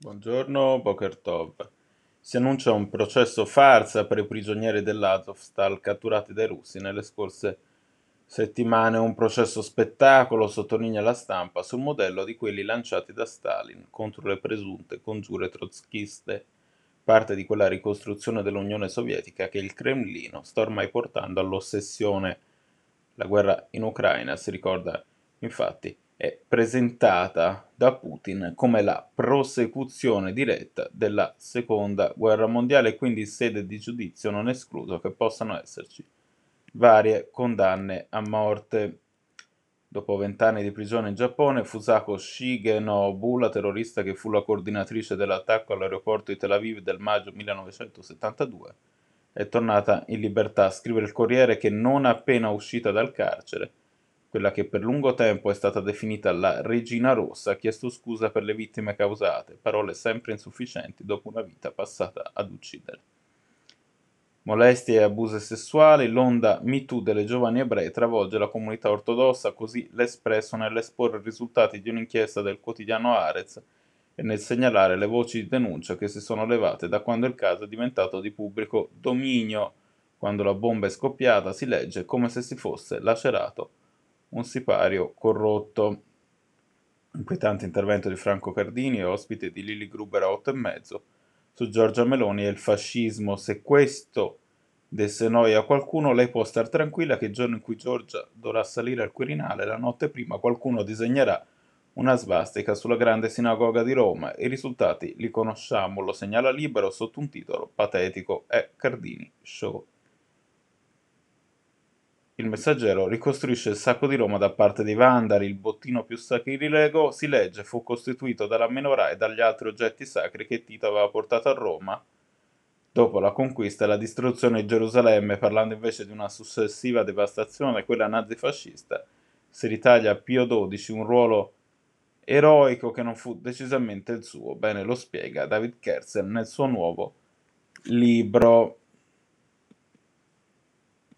Buongiorno, Boker Tov. Si annuncia un processo farsa per i prigionieri dell'Azovstal catturati dai russi nelle scorse settimane, un processo spettacolo, sottolinea la stampa, sul modello di quelli lanciati da Stalin contro le presunte congiure trotskiste, parte di quella ricostruzione dell'Unione Sovietica che il Cremlino sta ormai portando all'ossessione. La guerra in Ucraina, si ricorda infatti, è presentata da Putin come la prosecuzione diretta della seconda guerra mondiale e quindi in sede di giudizio non è escluso che possano esserci varie condanne a morte. Dopo 20 anni di prigione in Giappone, Fusako Shigenobu, la terrorista che fu la coordinatrice dell'attacco all'aeroporto di Tel Aviv del maggio 1972, è tornata in libertà. Scrive il Corriere che non appena uscita dal carcere, quella che per lungo tempo è stata definita la Regina Rossa, ha chiesto scusa per le vittime causate, parole sempre insufficienti dopo una vita passata ad uccidere. Molestie e abusi sessuali, l'onda MeToo delle giovani ebrei travolge la comunità ortodossa, così l'Espresso nell'esporre i risultati di un'inchiesta del quotidiano Haaretz e nel segnalare le voci di denuncia che si sono levate da quando il caso è diventato di pubblico dominio. Quando la bomba è scoppiata si legge come se si fosse lacerato un sipario corrotto. Inquietante intervento di Franco Cardini, ospite di Lili Gruber a 8 e mezzo, su Giorgia Meloni e il fascismo. Se questo desse noia a qualcuno, lei può star tranquilla che il giorno in cui Giorgia dovrà salire al Quirinale, la notte prima qualcuno disegnerà una svastica sulla grande sinagoga di Roma. I risultati li conosciamo, lo segnala Libero sotto un titolo patetico: è Cardini Show. Il Messaggero ricostruisce il sacco di Roma da parte dei Vandali, il bottino più sacrilego, si legge, fu costituito dalla menorah e dagli altri oggetti sacri che Tito aveva portato a Roma dopo la conquista e la distruzione di Gerusalemme, parlando invece di una successiva devastazione, quella nazifascista. Si ritaglia a Pio XII un ruolo eroico che non fu decisamente il suo. Bene, lo spiega David Kersen nel suo nuovo libro.